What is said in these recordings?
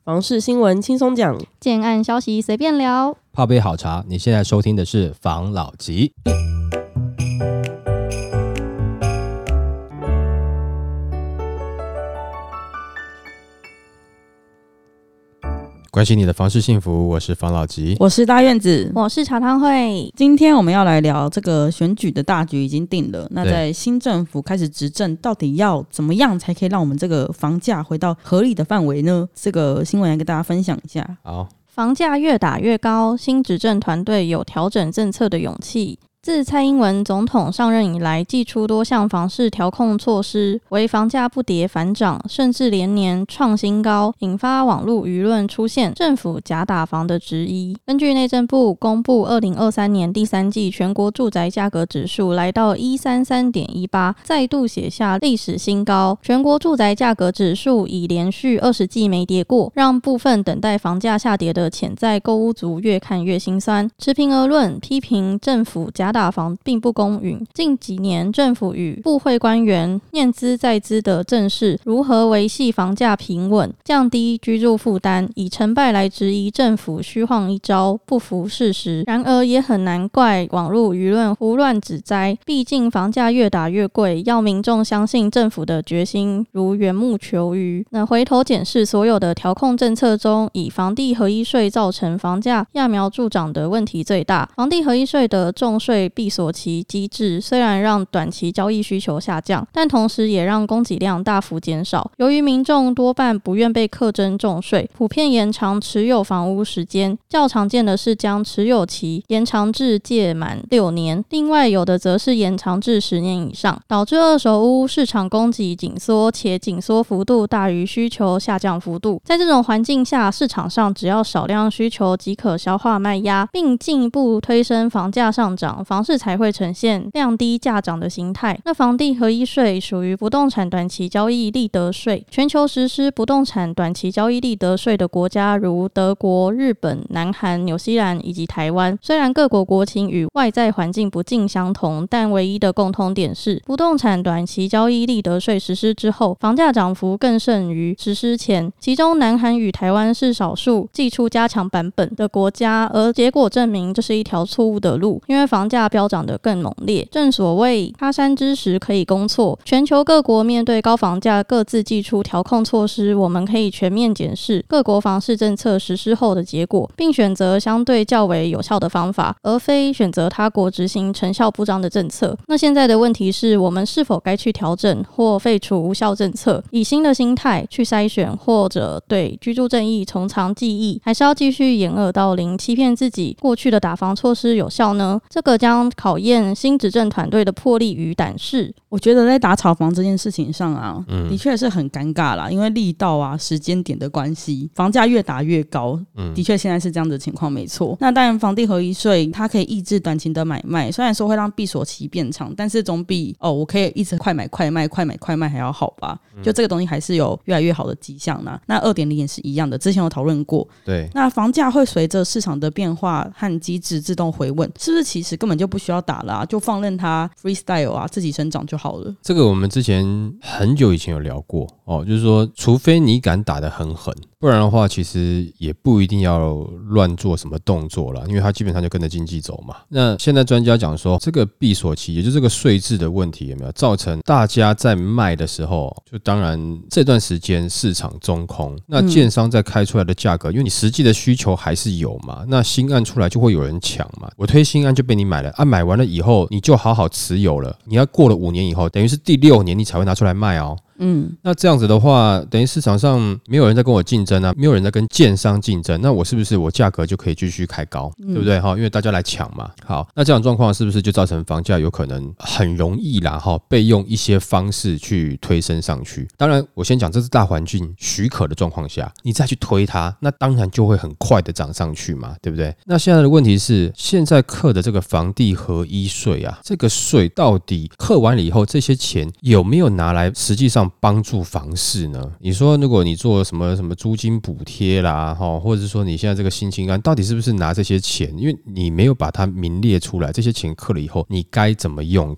房市新闻轻松讲， 建案消息随便聊， 泡杯好茶。你现在收听的是房老吉。关心你的房市幸福，我是房老吉， 我是大院子， 我是茶汤会。 今天我们要来聊这个选举的大局已经定了，那在新政府开始执政，到底要怎么样才可以让我们这个房价回到合理的范围呢？这个新闻来跟大家分享一下。 好， 房价越打越高，新执政团队有调整政策的勇气。自蔡英文总统上任以来，祭出多项房市调控措施，为房价不跌反涨，甚至连年创新高，引发网络舆论出现政府假打房的质疑。根据内政部公布2023年第三季全国住宅价格指数来到 133.18， 再度写下历史新高。全国住宅价格指数已连续20季没跌过，让部分等待房价下跌的潜在购屋族越看越心酸。持平而论，批评政府假打房并不公允。近几年政府与部会官员念兹在兹的正视如何维系房价平稳，降低居住负担，以成败来质疑政府虚晃一招，不符事实。然而也很难怪网络舆论胡乱指摘，毕竟房价越打越贵，要民众相信政府的决心如缘木求鱼。那回头检视所有的调控政策中，以房地合一税造成房价揠苗助长的问题最大。房地合一税的重税闭锁期机制虽然让短期交易需求下降，但同时也让供给量大幅减少。由于民众多半不愿被课征重税，普遍延长持有房屋时间，较常见的是将持有期延长至届满6年，另外有的则是延长至10年以上，导致二手屋市场供给紧缩，且紧缩幅度大于需求下降幅度。在这种环境下，市场上只要少量需求即可消化卖压，并进一步推升房价上涨，房市才会呈现量低价涨的形态。那房地合一税属于不动产短期交易利得税，全球实施不动产短期交易利得税的国家如德国、日本、南韩、纽西兰以及台湾。虽然各国国情与外在环境不尽相同，但唯一的共通点是，不动产短期交易利得税实施之后，房价涨幅更胜于实施前。其中南韩与台湾是少数祭出加强版本的国家，而结果证明这是一条错误的路，因为房价飙涨得更猛烈。正所谓他山之石可以攻错，全球各国面对高房价各自祭出调控措施，我们可以全面检视各国房市政策实施后的结果，并选择相对较为有效的方法，而非选择他国执行成效不彰的政策。那现在的问题是，我们是否该去调整或废除无效政策，以新的心态去筛选，或者对居住正义从长计议，还是要继续掩耳盗铃，欺骗自己过去的打房措施有效呢？这个将考验新执政团队的魄力与胆识。 我觉得在打炒房这件事情上啊，的确是很尴尬啦，因为力道啊、时间点的关系，房价越打越高。的确现在是这样的情况，没错。那当然，房地合一税它可以抑制短期的买卖，虽然说会让闭锁期变长，但是总比我可以一直快买快卖、快买快卖还要好吧？就这个东西还是有越来越好的迹象啦。那 2.0 也是一样的，之前有讨论过。 对， 那房价会随着市场的变化和机制自动回稳，是不是其实根本就不需要打了啊，就放任它 freestyle 啊，自己生长就好了？ 这个我们之前很久以前有聊过就是说除非你敢打得很狠，不然的话其实也不一定要乱做什么动作啦，因为它基本上就跟着经济走嘛。那现在专家讲说，这个闭锁期也就是这个税制的问题有没有造成大家在卖的时候，就当然这段时间市场中空，那建商在开出来的价格，因为你实际的需求还是有嘛，那新案出来就会有人抢嘛，我推新案就被你买了啊，买完了以后你就好好持有了，你要过了5年以后，等于是第6年你才会拿出来卖哦。那这样子的话，等于市场上没有人在跟我竞争啊，没有人在跟建商竞争，那我是不是我价格就可以继续开高，对不对？因为大家来抢嘛。好，那这样的状况是不是就造成房价有可能很容易啦被用一些方式去推升上去？当然我先讲这是大环境许可的状况下，你再去推它，那当然就会很快的涨上去嘛，对不对？那现在的问题是，现在课的这个房地合一税啊，这个税到底课完了以后，这些钱有没有拿来实际上帮助房市呢？你说如果你做什么租金补贴啦，或者是说你现在这个新青安到底是不是拿这些钱，因为你没有把它名列出来，这些钱课了以后你该怎么用它？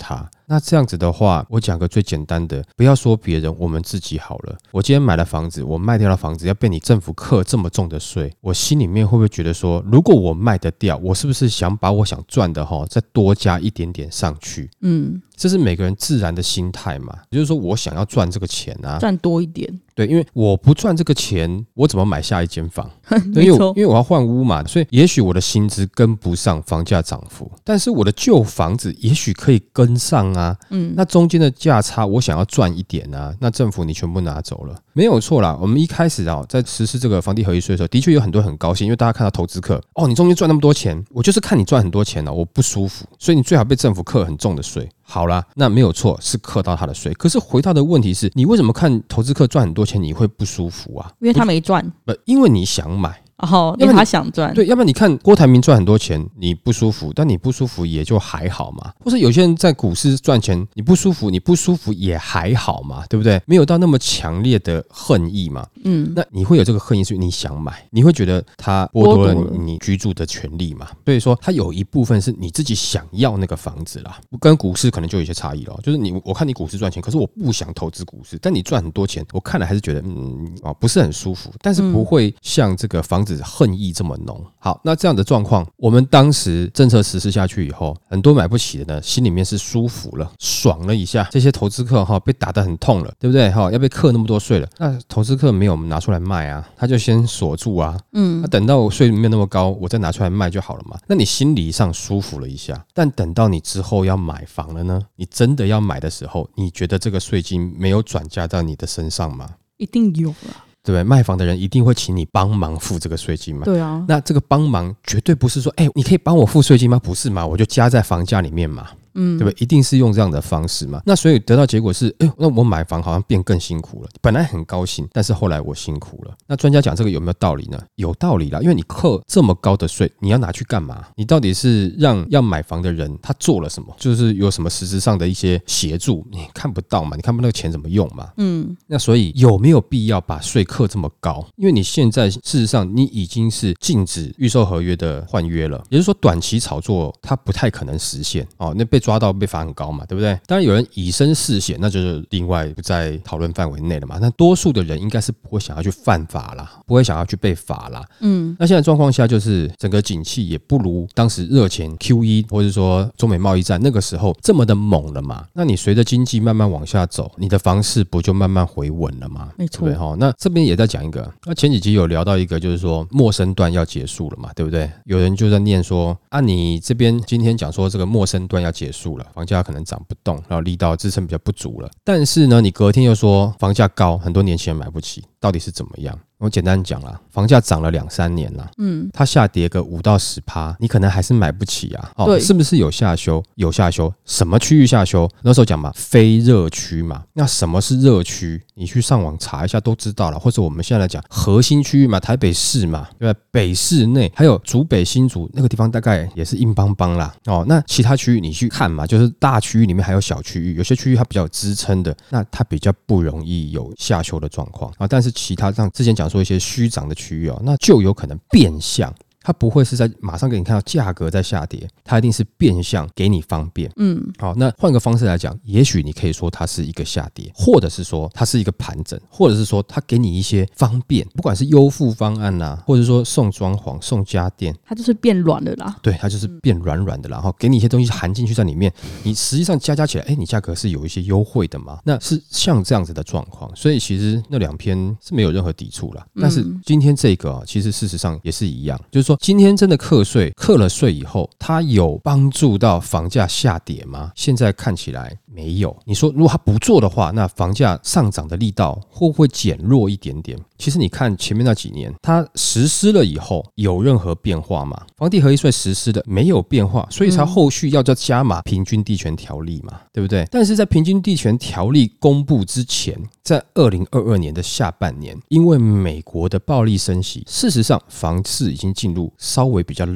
那这样子的话，我讲个最简单的，不要说别人，我们自己好了。我今天买了房子，我卖掉了房子，要被你政府课这么重的税，我心里面会不会觉得说，如果我卖得掉，我是不是想把我想赚的再多加一点点上去？这是每个人自然的心态嘛，也就是说我想要赚这个钱啊， 赚多一点。 对，因为我不赚这个钱，我怎么买下一间房？对，因为我要换屋嘛，所以也许我的薪资跟不上房价涨幅，但是我的旧房子也许可以跟上啊。那中间的价差我想要赚一点啊，那政府你全部拿走了，没有错啦。我们一开始在实施这个房地合一税的时候，的确有很多人很高兴，因为大家看到投资客你中间赚那么多钱，我就是看你赚很多钱我不舒服，所以你最好被政府课很重的税。好啦，那没有错，是课到他的税。可是回到的问题是，你为什么看投资客赚很多钱你会不舒服啊？ 因为他没赚， 不，因为你想买。 因为他想赚。 对，要不然你看郭台铭赚很多钱，你不舒服，但你不舒服也就还好嘛。或是有些人在股市赚钱，你不舒服也还好嘛，对不对？没有到那么强烈的恨意嘛。那你会有这个恨意，是你想买，你会觉得他剥夺了你居住的权利嘛。所以说，它有一部分是你自己想要那个房子啦，跟股市可能就有一些差异了。就是我看你股市赚钱，可是我不想投资股市，但你赚很多钱，我看了还是觉得不是很舒服，但是不会像这个房子恨意这么浓。好，那这样的状况，我们当时政策实施下去以后，很多买不起的呢，心里面是舒服了，爽了一下。这些投资客被打得很痛了，对不对？要被课那么多税了，那投资客没有拿出来卖啊，他就先锁住啊。那等到我税没有那么高，我再拿出来卖就好了嘛。那你心理上舒服了一下，但等到你之后要买房了呢，你真的要买的时候，你觉得这个税金没有转嫁到你的身上吗？ 一定有啦。 对不对？卖房的人一定会请你帮忙付这个税金嘛？ 对啊。 那这个帮忙绝对不是说，你可以帮我付税金吗？不是嘛？我就加在房价里面嘛。对不对？一定是用这样的方式嘛。那所以得到结果是，那我买房好像变更辛苦了。本来很高兴，但是后来我辛苦了。那专家讲这个有没有道理呢？有道理啦，因为你课这么高的税，你要拿去干嘛？你到底是让要买房的人他做了什么？就是有什么实质上的一些协助，你看不到嘛？你看不到那个钱怎么用嘛？那所以有没有必要把税课这么高？因为你现在事实上你已经是禁止预售合约的换约了，也就是说短期炒作它不太可能实现那被抓到被罚很高嘛，对不对？当然有人以身试险，那就是另外不在讨论范围内了嘛。那多数的人应该是不会想要去犯法啦，不会想要去被罚啦。那现在状况下就是整个景气也不如当时热钱 QE 或者说中美贸易战那个时候这么的猛了嘛。那你随着经济慢慢往下走，你的房市不就慢慢回稳了吗？ 没错。 对不对？那这边也在讲一个，那前几集有聊到一个，就是说陌生段要结束了嘛，对不对？有人就在念说你这边今天讲说这个陌生段要结束了，房价可能涨不动，然后力道支撑比较不足了。但是呢，你隔天又说房价高，很多年轻人买不起，到底是怎么样？我简单讲啦，房价涨了2-3年啦，它下跌个5到10%，你可能还是买不起啊。是不是有下修？有下修，什么区域下修？那时候讲嘛，非热区嘛。那什么是热区？你去上网查一下都知道了，或者我们现在来讲核心区域嘛，台北市嘛，对吧？北市内还有竹北、新竹那个地方，大概也是硬邦邦啦。那其他区域你去看嘛，就是大区域里面还有小区域，有些区域它比较有支撑的，那它比较不容易有下修的状况但是其他像之前讲说一些虚涨的区域那就有可能变相。它不会是在马上给你看到价格在下跌，它一定是变相给你方便。好，那换个方式来讲，也许你可以说它是一个下跌，或者是说它是一个盘整，或者是说它给你一些方便，不管是优付方案啦，或者说送装潢、送家电， 它就是变软了啦。 对，它就是变软软的啦，然后给你一些东西含进去在里面，你实际上加起来，你价格是有一些优惠的嘛？那是像这样子的状况，所以其实那2篇是没有任何抵触啦。但是今天这个其实事实上也是一样，就是说。今天真的课了税以后，它有帮助到房价下跌吗？现在看起来没有。你说如果它不做的话，那房价上涨的力道会不会减弱一点点？其实你看前面那几年，它实施了以后有任何变化吗？房地合一税实施的没有变化，所以才后续要再加码平均地权条例嘛，对不对？但是在平均地权条例公布之前，在2022年的下半年，因为美国的暴力升息，事实上房市已经进入稍微比较冷了。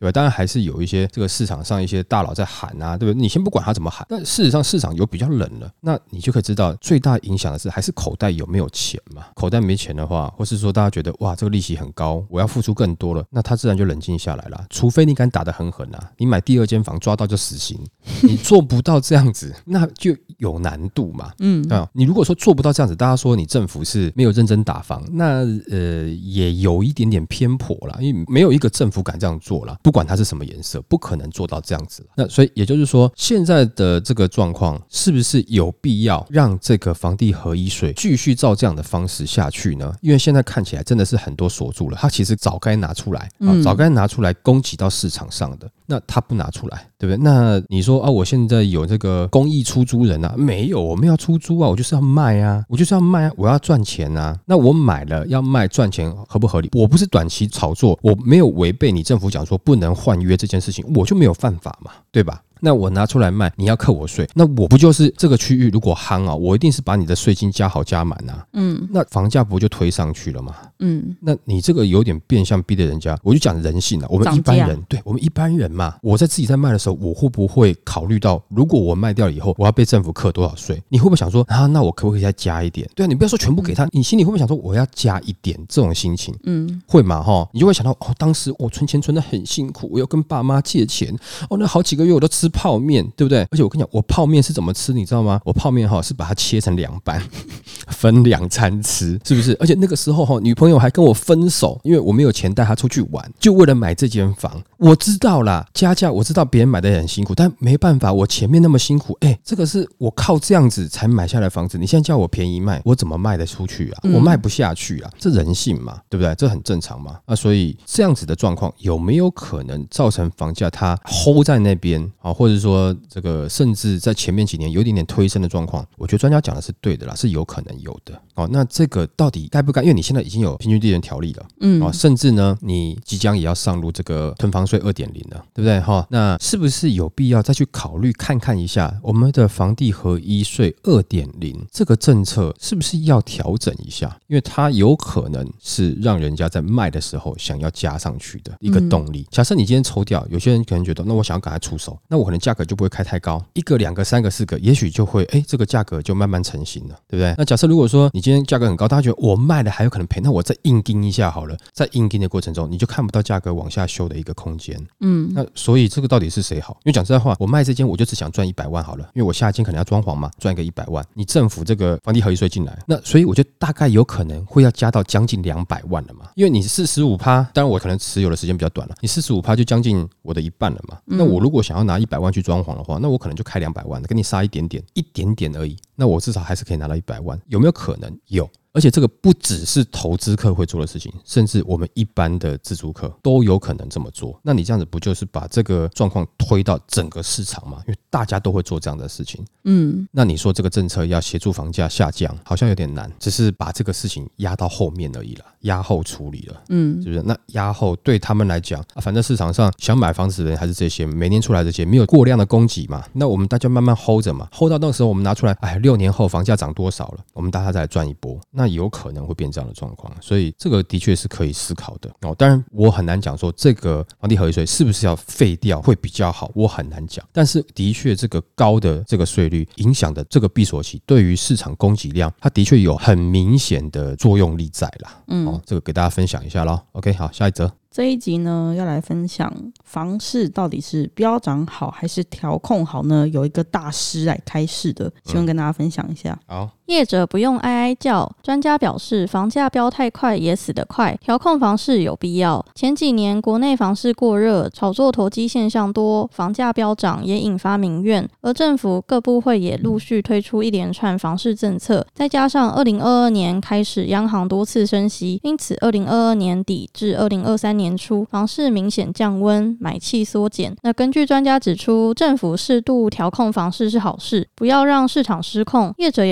对吧？当然还是有一些这个市场上一些大佬在喊啊，对不对？你先不管他怎么喊，但事实上市场有比较冷了，那你就可以知道最大影响的是还是口袋有没有钱嘛。口袋没钱的话，或是说大家觉得哇这个利息很高，我要付出更多了，那他自然就冷静下来了。除非你敢打得很狠啊，你买第二间房抓到就死刑，你做不到这样子，那就有难度嘛。你如果说做不到这样子，大家说你政府是没有认真打房，那也有一点点偏颇啦，因为没有一个政府敢这样做啦，不管它是什么颜色，不可能做到这样子。那所以也就是说，现在的这个状况是不是有必要让这个房地合一税继续照这样的方式下去呢？因为现在看起来真的是很多锁住了，它其实早该拿出来，早该拿出来供给到市场上的，那它不拿出来，对不对？那你说啊，我现在有这个公益出租人啊，没有，我们要出租啊，我就是要卖啊，我要赚钱啊。那我买了要卖赚钱合不合理？我不是短期炒作，我没有违背你政府讲说不能换约这件事情，我就没有犯法嘛，对吧？那我拿出来卖，你要课我税，那我不就是这个区域如果夯啊，我一定是把你的税金加好加满啊，那房价不就推上去了吗？那你这个有点变相逼得人家，我就讲人性啊，我们一般人，对我们一般人嘛，我在自己在卖的时候，我会不会考虑到，如果我卖掉了以后，我要被政府课多少税？你会不会想说啊，那我可不可以再加一点？对啊，你不要说全部给他，你心里会不会想说我要加一点这种心情？会嘛哈？你就会想到哦，当时我存钱存得很辛苦，我要跟爸妈借钱，哦，那好几个月我都吃泡面，对不对？而且我跟你讲，我泡面是怎么吃，你知道吗？我泡面是把它切成2半，分2餐吃，是不是？而且那个时候女朋友还跟我分手，因为我没有钱带她出去玩，就为了买这间房。我知道啦，加价我知道别人买的也很辛苦，但没办法，我前面那么辛苦，这个是我靠这样子才买下来房子。你现在叫我便宜卖，我怎么卖得出去啊？我卖不下去啊，这人性嘛，对不对？这很正常嘛。所以这样子的状况有没有可能造成房价它 hold 在那边啊？或者说这个甚至在前面几年有一点点推升的状况，我觉得专家讲的是对的啦，是有可能有的。那这个到底该不该？因为你现在已经有平均地权条例了，甚至呢，你即将也要上路这个囤房税 2.0 了，对不对？那是不是有必要再去考虑看一下我们的房地合一税 2.0 这个政策是不是要调整一下？因为它有可能是让人家在卖的时候想要加上去的一个动力。假设你今天抽掉，有些人可能觉得，那我想要赶快出手，那我可能价格就不会开太高，1个、2个、3个、4个，也许就会这个价格就慢慢成型了，对不对？那假设如果说你今天价格很高，大家觉得我卖了还有可能赔，那我再硬盯一下好了，在硬盯的过程中，你就看不到价格往下修的一个空间。那所以这个到底是谁好？因为讲实在话，我卖这间我就只想赚100万好了，因为我下一间可能要装潢嘛，赚一个100万，你政府这个房地合一税进来，那所以我就大概有可能会要加到将近200万了嘛，因为你45%，当然我可能持有的时间比较短了，你45%就将近我的1半了嘛。那我如果想要拿100万去装潢的话，那我可能就开200万，跟你杀一点点而已，那我至少还是可以拿到100万，有没有可能？有。而且这个不只是投资客会做的事情，甚至我们一般的自住客都有可能这么做。那你这样子不就是把这个状况推到整个市场吗？因为大家都会做这样的事情。那你说这个政策要协助房价下降，好像有点难，只是把这个事情压到后面而已啦，压后处理了。是不是？那压后对他们来讲，反正市场上想买房子的人还是这些，每年出来这些，没有过量的供给嘛。那我们大家慢慢 hold 着嘛 ，hold 到那个时候我们拿出来，6年后房价涨多少了，我们大家再来赚一波。那有可能会变这样的状况，所以这个的确是可以思考的。当然我很难讲说这个房地合一税是不是要废掉会比较好，我很难讲。但是的确这个高的这个税率影响的这个闭锁期，对于市场供给量，它的确有很明显的作用力在啦。这个给大家分享一下咯。OK， 好，下一则。 这一集呢，要来分享房市到底是飙涨好还是调控好呢？有一个大师来开示的，希望跟大家分享一下。 好， 业者不用哀哀叫，专家表示房价飙太快也死得快，调控房市有必要。前几年国内房市过热，炒作投机现象多，房价飙涨也引发民怨，而政府各部会也陆续推出一连串房市政策，再加上2022年开始央行多次升息，因此2022年底至2023年初房市明显降温，买气缩减。那根据专家指出，政府适度调控房市是好事，不要让市场失控，业者也不要哀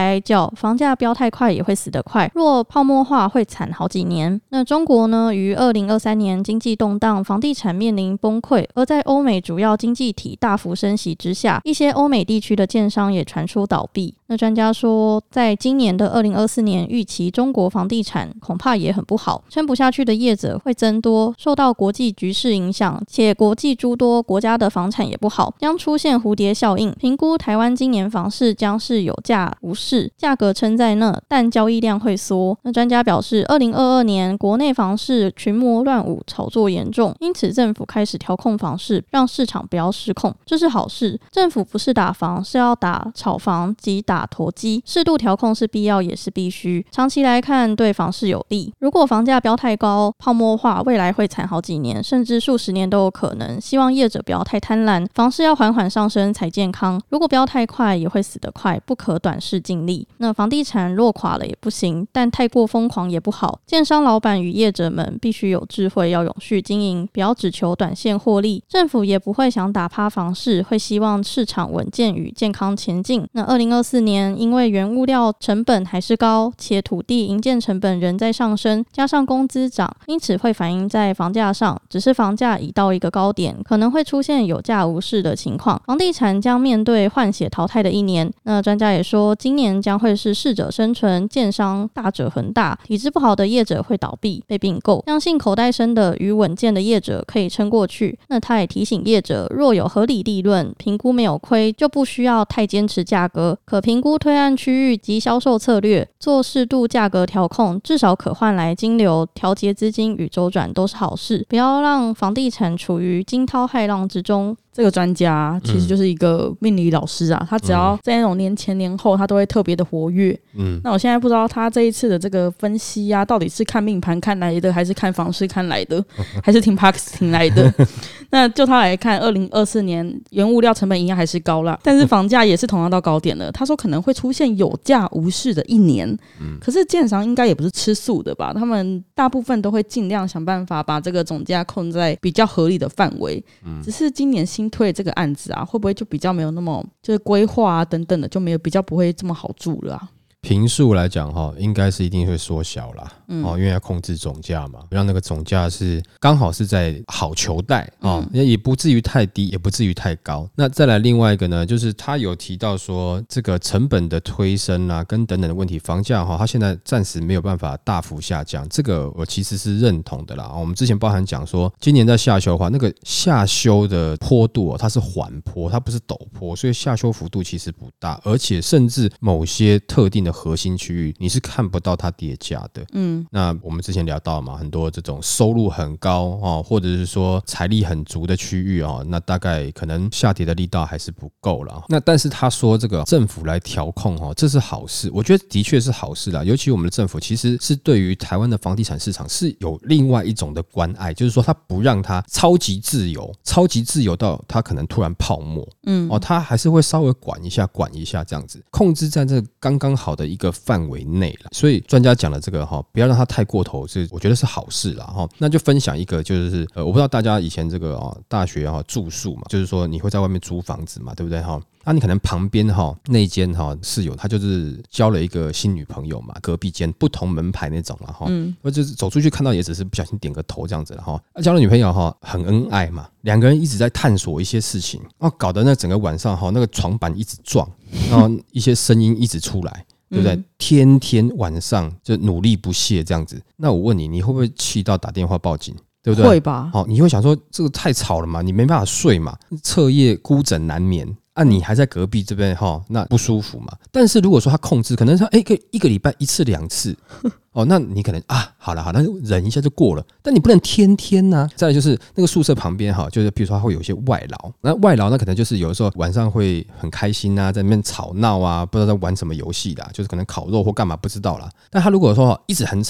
哀叫，房价飙太快也会死得快，若泡沫化会惨好几年。那中国呢，于2023年经济动荡，房地产面临崩溃，而在欧美主要经济体大幅升息之下，一些欧美地区的建商也传出倒闭。那专家说，在今年的2024年，预期中国房地产恐怕也很不好，撑不下去的业者会增多，受到国际局势影响，且国际诸多国家的房产也不好，将出现蝴蝶效应。评估台湾今年房市将是有价无市，价格撑在那，但交易量会缩。那专家表示，2022年国内房市群魔乱舞，炒作严重，因此政府开始调控房市，让市场不要失控，这是好事。政府不是打房，是要打炒房及打投机，适度调控是必要也是必须，长期来看对房市有利。如果房价飙太高，泡沫化，未来会惨好几年，甚至数十年都有可能。希望业者不要太贪婪，房市要缓缓上升才健康。如果飙太快，也会死得快，不可短视尽力。那房地产落垮了也不行，但太过疯狂也不好。建商老板与业者们必须有智慧，要永续经营，不要只求短线获利。政府也不会想打趴房市，会希望市场稳健与健康前进。那2024年因为原物料成本还是高，且土地营建成本仍在上升，加上工资涨，因此会反映在房价上，只是房价已到一个高点，可能会出现有价无市的情况。房地产将面对换血淘汰的一年。那专家也说，今年将会是适者生存，建商大者恒大，体质不好的业者会倒闭被并购，相信口袋深的与稳健的业者可以撑过去。那他也提醒业者，若有合理利润，评估没有亏，就不需要太坚持价格，可评估推案区域及销售策略，做适度价格调控，至少可换来金流，调节资金与周转都是好事，不要让房地产处于惊涛骇浪之中。 这个专家其实就是一个命理老师啊，他只要在那种年前年后，他都会特别的活跃。那我现在不知道他这一次的这个分析啊，到底是看命盘看来的，还是看房市看来的，还是听 Parks 听来的？那就他来看，2024年原物料成本一样还是高啦，但是房价也是同样到高点了。他说可能会出现有价无市的一年，可是建商应该也不是吃素的吧？他们大部分都会尽量想办法把这个总价控在比较合理的范围。只是今年新推这个案子啊，会不会就比较没有那么就是规划啊等等的，就没有比较不会这么好住了啊？ 坪数来讲应该是一定会缩小啦，因为要控制总价嘛，让那个总价是刚好是在好球带也不至于太低，也不至于太高。那再来另外一个呢，就是他有提到说这个成本的推升啊，跟等等的问题，房价它现在暂时没有办法大幅下降，这个我其实是认同的啦。我们之前包含讲说，今年在下修的话，那个下修的坡度它是缓坡，它不是陡坡，所以下修幅度其实不大，而且甚至某些特定的核心区域你是看不到它跌价的。那我们之前聊到嘛，很多这种收入很高或者是说财力很足的区域那大概可能下跌的力道还是不够了。那但是他说这个政府来调控这是好事，我觉得的确是好事啦。尤其我们的政府其实是对于台湾的房地产市场是有另外一种的关爱，就是说他不让它超级自由到它可能突然泡沫，他还是会稍微管一下这样子，控制在这刚刚好的一个范围内了。所以专家讲的这个不要让它太过头，我觉得是好事啦。那就分享一个，就是我不知道大家以前这个大学住宿嘛，就是说你会在外面租房子嘛，对不对那你可能旁边那间室友他就是交了一个新女朋友嘛，隔壁间不同门牌那种啦或者是走出去看到也只是不小心点个头这样子啦交了女朋友很恩爱嘛，两个人一直在探索一些事情搞得那整个晚上那个床板一直撞，然后一些声音一直出来，对不对？天天晚上就努力不懈这样子。那我问你，你会不会气到打电话报警？对不对？ 会吧。 你会想说这个太吵了嘛，你没办法睡嘛，彻夜孤枕难眠你还在隔壁这边那不舒服嘛。但是如果说他控制，可能说一个礼拜1次2次那你可能好了，那忍一下就过了。但你不能天天啊。再来就是那个宿舍旁边就是比如说他会有一些外劳，那外劳那可能就是有的时候晚上会很开心啊，在那边吵闹啊，不知道在玩什么游戏啦，就是可能烤肉或干嘛不知道啦。但他如果说一直很吵，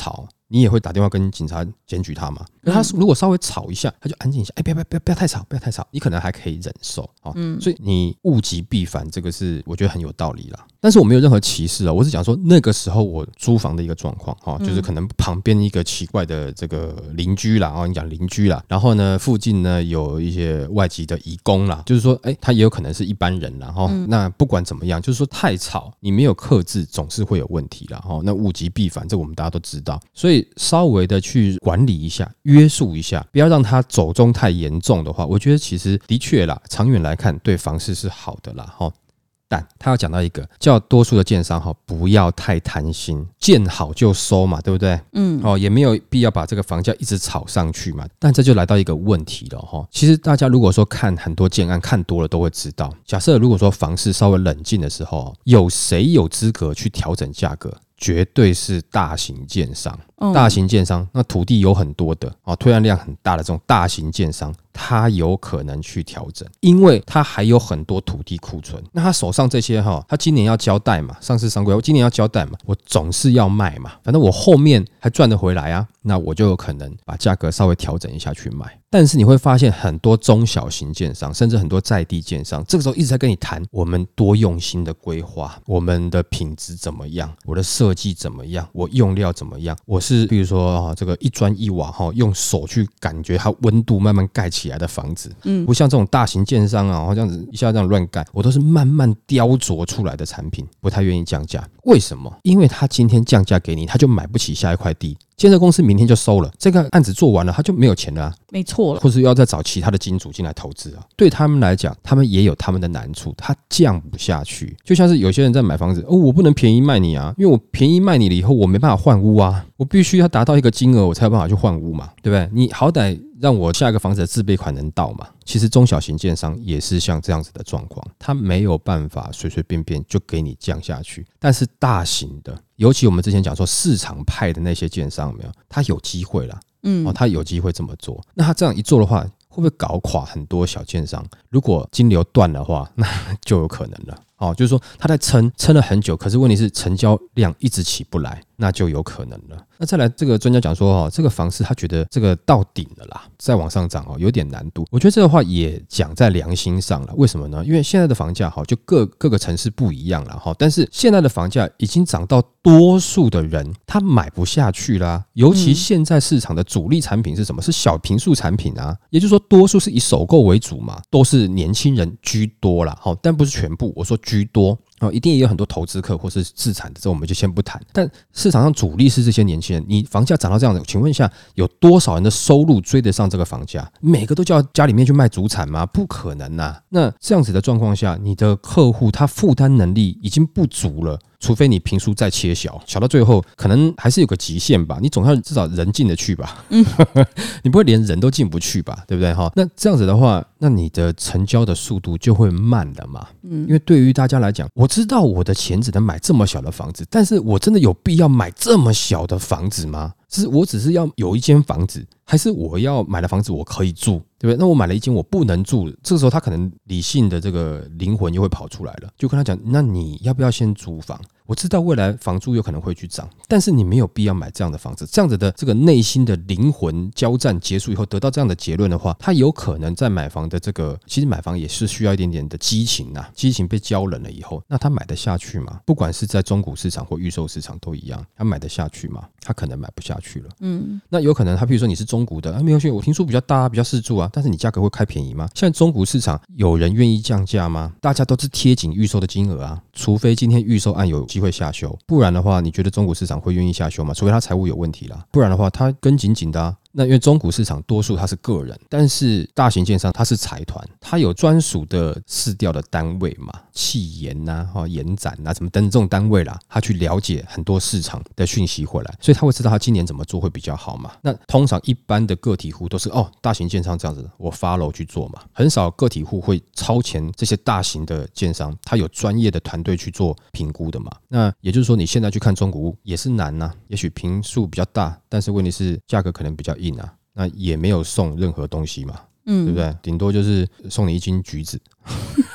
你也会打电话跟警察检举他嘛。可他如果稍微吵一下，他就安静一下，不要太吵，不要太吵，你可能还可以忍受所以你物极必反，这个是我觉得很有道理啦。但是我没有任何歧视我是讲说那个时候我租房的一个状况就是可能旁边一个奇怪的这个邻居啦你讲邻居啦，然后呢附近呢有一些外籍的移工啦，就是说他也有可能是一般人啦那不管怎么样，就是说太吵你没有克制总是会有问题啦那物极必反，这我们大家都知道，所以稍微的去管理一下约束一下，不要让它走中太严重的话，我觉得其实的确啦长远来看对房市是好的啦但他要讲到一个叫多数的建商不要太贪心，建好就收嘛，对不对？也没有必要把这个房价一直炒上去嘛。但这就来到一个问题了其实大家如果说看很多建案看多了都会知道，假设如果说房市稍微冷静的时候，有谁有资格去调整价格？绝对是大型建商。大型建商那土地有很多的推案量很大的这种大型建商，他有可能去调整，因为他还有很多土地库存。那他手上这些他今年要交代嘛，上市商规我今年要交代嘛，我总是要卖嘛，反正我后面还赚得回来啊，那我就有可能把价格稍微调整一下去卖。但是你会发现很多中小型建商，甚至很多在地建商，这个时候一直在跟你谈我们多用心的规划，我们的品质怎么样，我的设计怎么样，我用料怎么样，我是比如说这个一砖一瓦用手去感觉它温度慢慢盖起来的房子，不像这种大型建商这样子一下这样乱盖，我都是慢慢雕琢出来的产品，不太愿意降价。为什么？因为他今天降价给你，他就买不起下一块地，建设公司明天就收了，这个案子做完了他就没有钱了没错了， 或是要再找其他的金主进来投资对他们来讲，他们也有他们的难处，他降不下去。就像是有些人在买房子我不能便宜卖你啊，因为我便宜卖你了以后我没办法换屋啊，我必须要达到一个金额我才有办法去换屋嘛，对不对？你好歹让我下一个房子的自备款能到嘛。其实中小型建商也是像这样子的状况，他没有办法随随便便就给你降下去。但是大型的，尤其我们之前讲说市场派的那些建商，有没有？他有机会啦，他有机会这么做。那他这样一做的话，会不会搞垮很多小建商？如果金流断的话，那就有可能了。就是说他在撑了很久，可是问题是成交量一直起不来，那就有可能了。那再来，这个专家讲说这个房市他觉得这个到顶了啦，再往上涨有点难度。我觉得这个话也讲在良心上了。为什么呢？因为现在的房价就各个城市不一样了但是现在的房价已经涨到多数的人他买不下去啦。尤其现在市场的主力产品是什么？是小坪数产品啊，也就是说多数是以首购为主嘛，都是年轻人居多啦但不是全部，我说居多。一定也有很多投资客或是自产的，这我们就先不谈。但市场上主力是这些年轻人，你房价涨到这样的，请问一下，有多少人的收入追得上这个房价？每个都叫家里面去卖祖产吗？不可能啊！那这样子的状况下，你的客户他负担能力已经不足了。除非你坪数再切小到最后可能还是有个极限吧，你总要至少人进得去吧你不会连人都进不去吧，对不对那这样子的话，那你的成交的速度就会慢了嘛因为对于大家来讲，我知道我的钱只能买这么小的房子，但是我真的有必要买这么小的房子吗？我只是要有一间房子，还是我要买了房子我可以住，对不对？那我买了一间我不能住，这个时候他可能理性的这个灵魂就会跑出来了，就跟他讲，那你要不要先租房？我知道未来房租有可能会去涨，但是你没有必要买这样的房子。这样子的这个内心的灵魂交战结束以后，得到这样的结论的话，他有可能在买房的这个，其实买房也是需要一点点的激情啊，激情被浇冷了以后，那他买得下去吗？不管是在中古市场或预售市场都一样，他买得下去吗？他可能买不下去了。那有可能他譬如说你是中古的没有关系，我听说比较大比较适住啊，但是你价格会开便宜吗？现在中古市场有人愿意降价吗？大家都是贴紧预售的金额啊，除非今天预售案有机会下修，不然的话你觉得中古市场会愿意下修吗？除非他财务有问题啦，不然的话他跟紧紧的啊。那因为中古市场多数它是个人，但是大型建商它是财团，它有专属的市调的单位嘛，企研啊、研展啊什么等等这种单位啦，他去了解很多市场的讯息回来，所以他会知道他今年怎么做会比较好嘛。那通常一般的个体户都是大型建商这样子，我 follow 去做嘛，很少个体户会超前这些大型的建商，他有专业的团队去做评估的嘛。那也就是说，你现在去看中古屋也是难啊，也许坪数比较大，但是问题是价格可能比较硬啊，那也没有送任何东西嘛，对不对？顶多就是送你一斤橘子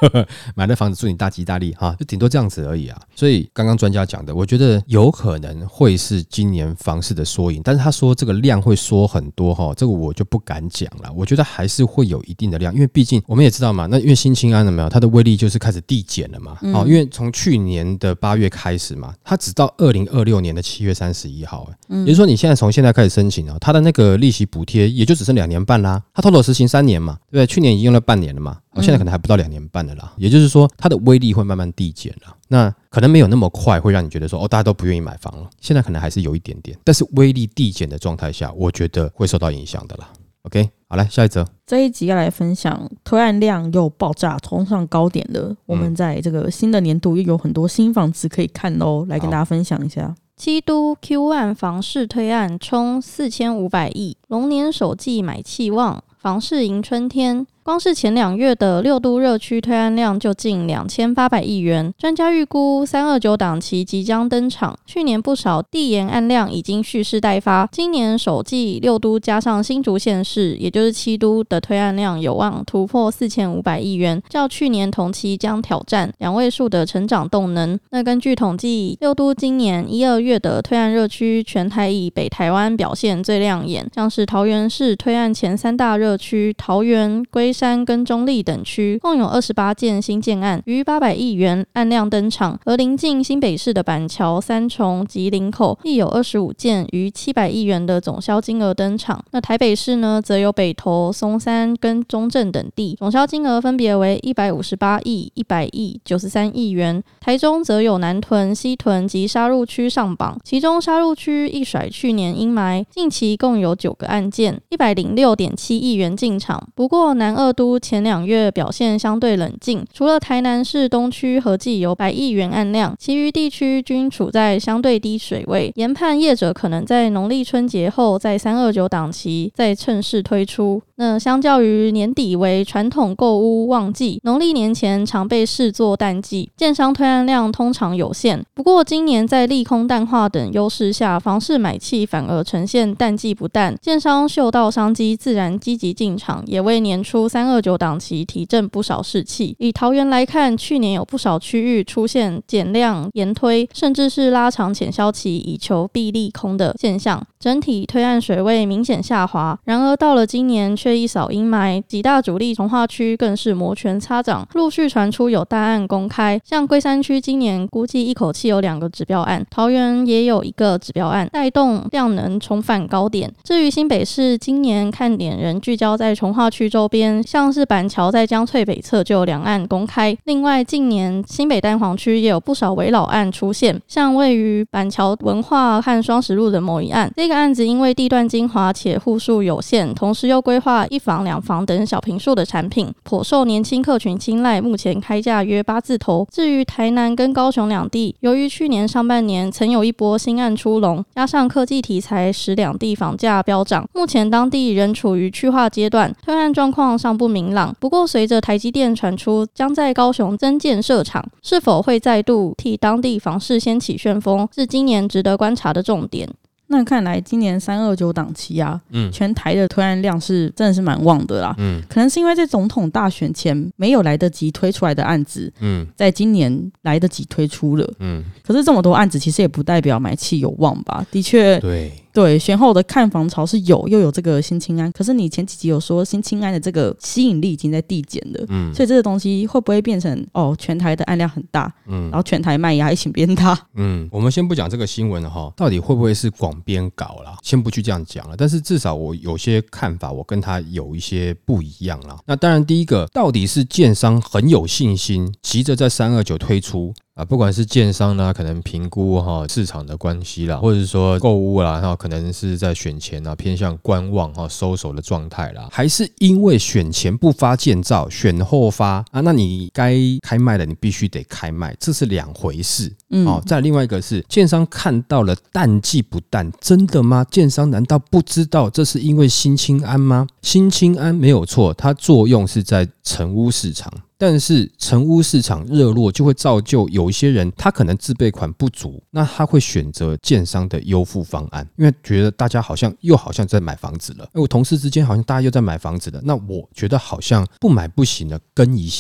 买了房子祝你大吉大利哈，就顶多这样子而已啊。所以刚刚专家讲的，我觉得有可能会是今年房市的缩影，但是他说这个量会缩很多哈，这个我就不敢讲了。我觉得还是会有一定的量，因为毕竟我们也知道嘛，那因为新青安了没有，它的威力就是开始递减了嘛。因为从去年的8月开始嘛，它只到2026年的7月31号，也就是说你从现在开始申请它的那个利息补贴也就只剩2年半啦，它total实行3年嘛，对不对？去年已经用了半年了嘛，现在可能还不到2年半了啦，也就是说它的威力会慢慢递减了。那可能没有那么快会让你觉得说大家都不愿意买房了，现在可能还是有一点点，但是威力递减的状态下，我觉得会受到影响的啦。OK， 好，来下一则。 这一集要来分享推案量又爆炸冲上高点了，我们在这个新的年度又有很多新房子可以看哦，来跟大家分享一下。 七都 Q1 房市推案冲4500亿，龙年首季买气旺，房市迎春天。光是前2月的6都热区推案量就近2800亿元，专家预估329档期即将登场。去年不少地延案量已经蓄势待发，今年首季6都加上新竹县市，也就是七都的推案量有望突破4500亿元，较去年同期将挑战2位数的成长动能。那根据统计，6都今年1、2月的推案热区，全台以北台湾表现最亮眼，像是桃园市推案前3大热区，桃园、龟山跟中壢等区共有28件新建案，逾800亿元案量登场，而邻近新北市的板桥、三重及林口亦有25件逾700亿元的总销金额登场。那台北市呢，则有北投、松山跟中正等地，总销金额分别为158亿、100亿、93亿元。台中则有南屯、西屯及沙鹿区上榜，其中沙鹿区一甩去年阴霾，近期共有9个案件，106.7亿元进场。不过南2都前2月表现相对冷静，除了台南市东区合计有100亿元案量，其余地区均处在相对低水位，研判业者可能在农历春节后在329档期再趁势推出。那相较于年底为传统购屋旺季，农历年前常被视作淡季，建商推案量通常有限。不过今年在利空淡化等优势下，房市买气反而呈现淡季不淡，建商嗅到商机自然积极进场，也为年初329档期提振不少士气。以桃园来看，去年有不少区域出现减量、延推，甚至是拉长潜销期以求避利空的现象，整体推案水位明显下滑。然而到了今年却一扫阴霾，几大主力从化区更是摩拳擦掌，陆续传出有大案公开，像龟山区今年估计一口气有2个指标案，桃园也有1个指标案，带动量能重返高点。至于新北市，今年看点仍聚焦在从化区周边，像是板桥在江翠北侧就有2案公开。另外近年新北蛋黄区也有不少危老案出现，像位于板桥文化和双十路的某一案，这个案子因为地段精华且户数有限，同时又规划1房2房等小坪数的产品，颇受年轻客群青睐，目前开价约8字头。至于台南跟高雄2地，由于去年上半年曾有一波新案出笼，加上科技题材使2地房价飙涨，目前当地仍处于去化阶段，推案状况尚不明朗。不过随着台积电传出将在高雄增建设厂，是否会再度替当地房市掀起旋风，是今年值得观察的重点。 那看来今年329档期啊，全台的推案量是真的是蛮旺的啦。可能是因为在总统大选前没有来得及推出来的案子，在今年来得及推出了。可是这么多案子其实也不代表买气有旺吧？的确，对，选后的看房潮是又有这个新青安，可是你前几集有说新青安的这个吸引力已经在递减了，所以这个东西会不会变成全台的案量很大，然后全台卖压一起变大？ 我们先不讲这个新闻了哈，到底会不会是广编稿啦？先不去这样讲了，但是至少我有些看法，我跟他有一些不一样啦。那当然，第一个到底是建商很有信心，急着在329推出。不管是建商呢，可能评估市场的关系啦，或者是说购物啦，可能是在选前偏向观望收手的状态啦，还是因为选前不发建造，选后发那你该开卖的你必须得开卖，这是2回事。再另外一个是建商看到了淡季不淡，真的吗？建商难道不知道这是因为新青安吗？新青安没有错，它作用是在成屋市场。但是成屋市场热络就会造就有一些人他可能自备款不足，那他会选择建商的优付方案，因为觉得大家好像在买房子了，我同事之间好像大家又在买房子了，那我觉得好像不买不行了，跟一下。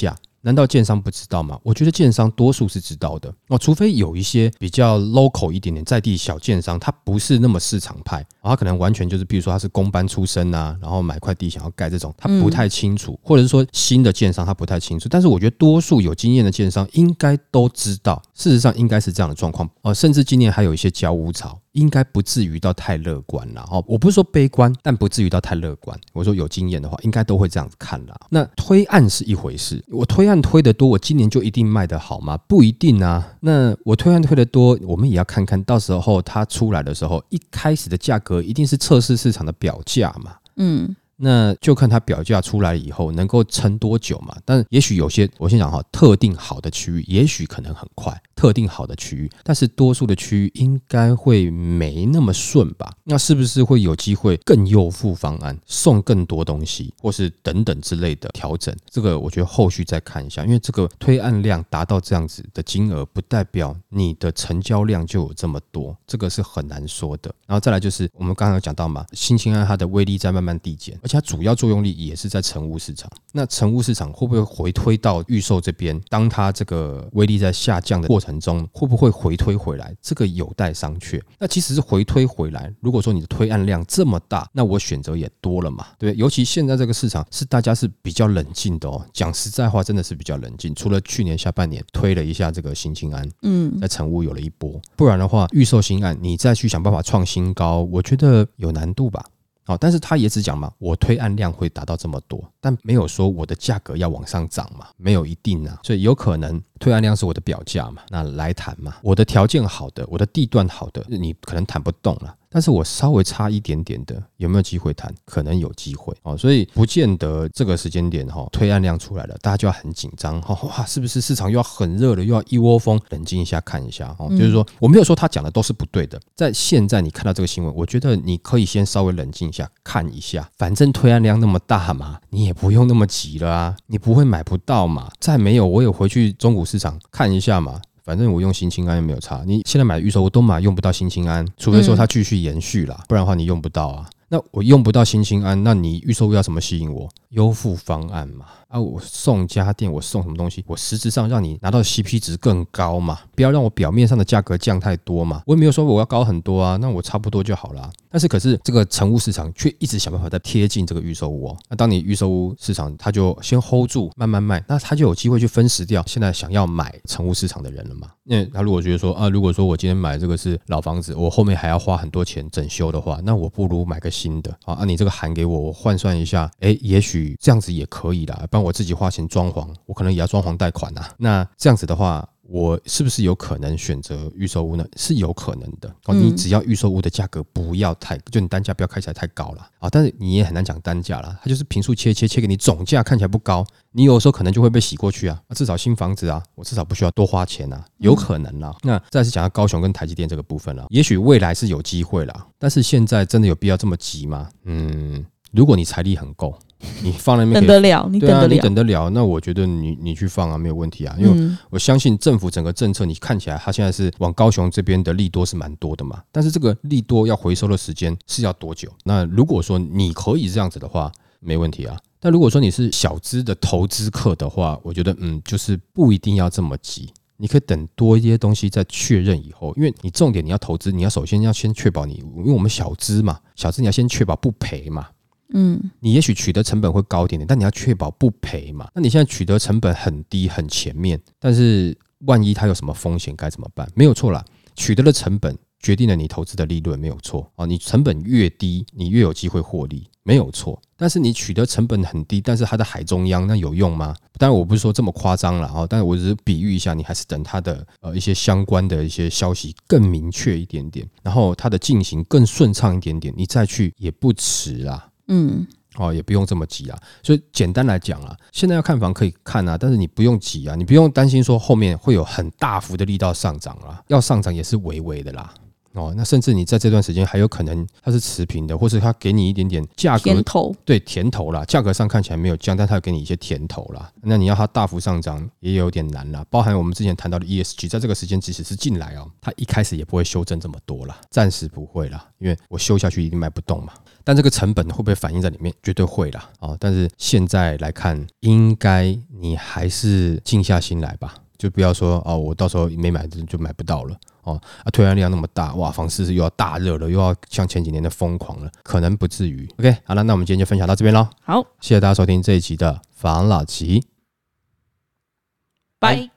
难道建商不知道吗？我觉得建商多数是知道的除非有一些比较 local 一点点在地小建商，他不是那么市场派，他可能完全就是比如说他是工班出身啊，然后买块地想要盖这种，他不太清楚，或者是说新的建商他不太清楚。但是我觉得多数有经验的建商应该都知道，事实上应该是这样的状况甚至今年还有一些交屋潮，应该不至于到太乐观啦我不是说悲观，但不至于到太乐观。我说有经验的话，应该都会这样子看啦。那推案是一回事，我推案推得多，我今年就一定卖得好吗？不一定啊。那我推案推得多，我们也要看看到时候它出来的时候，一开始的价格一定是测试市场的表价嘛。那就看它表价出来以后能够撑多久嘛。但也许有些，我先讲特定好的区域也许可能很快，特定好的区域，但是多数的区域应该会没那么顺吧。那是不是会有机会更优付方案，送更多东西，或是等等之类的调整？这个我觉得后续再看一下，因为这个推案量达到这样子的金额，不代表你的成交量就有这么多，这个是很难说的。然后再来就是我们刚刚有讲到嘛，新青安它的威力在慢慢递减，而且它主要作用力也是在成屋市场。那成屋市场会不会回推到预售这边？当它这个威力在下降的过程中，会不会回推回来？这个有待商榷。那其实是回推回来，如果说你的推案量这么大，那我选择也多了嘛，对不对？尤其现在这个市场是大家是比较冷静的讲实在话，真的是比较冷静。除了去年下半年推了一下这个新青安，在成屋有了一波，不然的话，预售新案你再去想办法创新高，我觉得有难度吧。但是他也只讲嘛，我推案量会达到这么多，但没有说我的价格要往上涨嘛，没有一定啊，所以有可能推案量是我的表价嘛，那来谈嘛，我的条件好的，我的地段好的，你可能谈不动了。但是我稍微差一点点的，有没有机会谈？可能有机会所以不见得这个时间点推案量出来了，大家就要很紧张哇，是不是市场又要很热了，又要一窝蜂？冷静一下看一下就是说我没有说他讲的都是不对的，在现在你看到这个新闻，我觉得你可以先稍微冷静一下看一下，反正推案量那么大嘛，你也不用那么急了啊，你不会买不到嘛，再没有我有回去中古市场看一下嘛。反正我用新青安也没有差，你现在买预售我都买用不到新青安，除非说它继续延续啦，不然的话你用不到啊。那我用不到新青安，那你预售要怎么吸引我？优付方案嘛，我送家电，我送什么东西？我实质上让你拿到 CP 值更高嘛，不要让我表面上的价格降太多嘛。我也没有说我要高很多啊，那我差不多就好了。但是可是这个成屋市场却一直想办法在贴近这个预售屋那当你预售屋市场它就先 hold 住，慢慢卖，那它就有机会去分食掉现在想要买成屋市场的人了嘛。因为他如果觉得说如果说我今天买这个是老房子，我后面还要花很多钱整修的话，那我不如买个新的你这个函给我，我换算一下，也许这样子也可以啦，不然我自己花钱装潢，我可能也要装潢贷款啊。那这样子的话，我是不是有可能选择预售屋呢？是有可能的你只要预售屋的价格不要太，就你单价不要开起来太高了但是你也很难讲单价啦，它就是坪数切给你，总价看起来不高，你有时候可能就会被洗过去至少新房子我至少不需要多花钱有可能啦。那再是讲到高雄跟台积电这个部分啦，也许未来是有机会啦，但是现在真的有必要这么急吗？如果你财力很够，你放那边等得了，你等得了， 你等得了，那我觉得你去放没有问题因为我相信政府整个政策，你看起来它现在是往高雄这边的利多是蛮多的嘛，但是这个利多要回收的时间是要多久？那如果说你可以这样子的话，没问题但如果说你是小资的投资客的话，我觉得就是不一定要这么急。你可以等多一些东西再确认以后，因为你重点你要投资，你要首先要先确保因为我们小资嘛，小资你要先确保不赔嘛。你也许取得成本会高一点点，但你要确保不赔嘛。那你现在取得成本很低很前面，但是万一它有什么风险该怎么办？没有错啦，取得的成本决定了你投资的利润，没有错你成本越低，你越有机会获利，没有错。但是你取得成本很低，但是它的海中央那有用吗？当然我不是说这么夸张啦但是我只是比喻一下，你还是等它的一些相关的一些消息更明确一点点，然后它的进行更顺畅一点点，你再去也不迟啦。也不用这么急所以简单来讲现在要看房可以看但是你不用急你不用担心说后面会有很大幅的力道上涨要上涨也是微微的啦那甚至你在这段时间还有可能它是持平的，或是它给你一点点价格甜头， 对，甜头啦，价格上看起来没有降，但它有给你一些甜头啦。那你要它大幅上涨也有点难啦，包含我们之前谈到的 ESG， 在这个时间即使是进来它一开始也不会修正这么多啦，暂时不会啦，因为我修下去一定卖不动嘛。但这个成本会不会反映在里面？绝对会啦。但是现在来看，应该你还是静下心来吧，就不要说我到时候没买就买不到了。推案量那么大，哇，房市又要大热了，又要像前几年的疯狂了，可能不至于。OK， 好了，那我们今天就分享到这边咯。 好， 谢谢大家收听这一集的房老吉， 拜。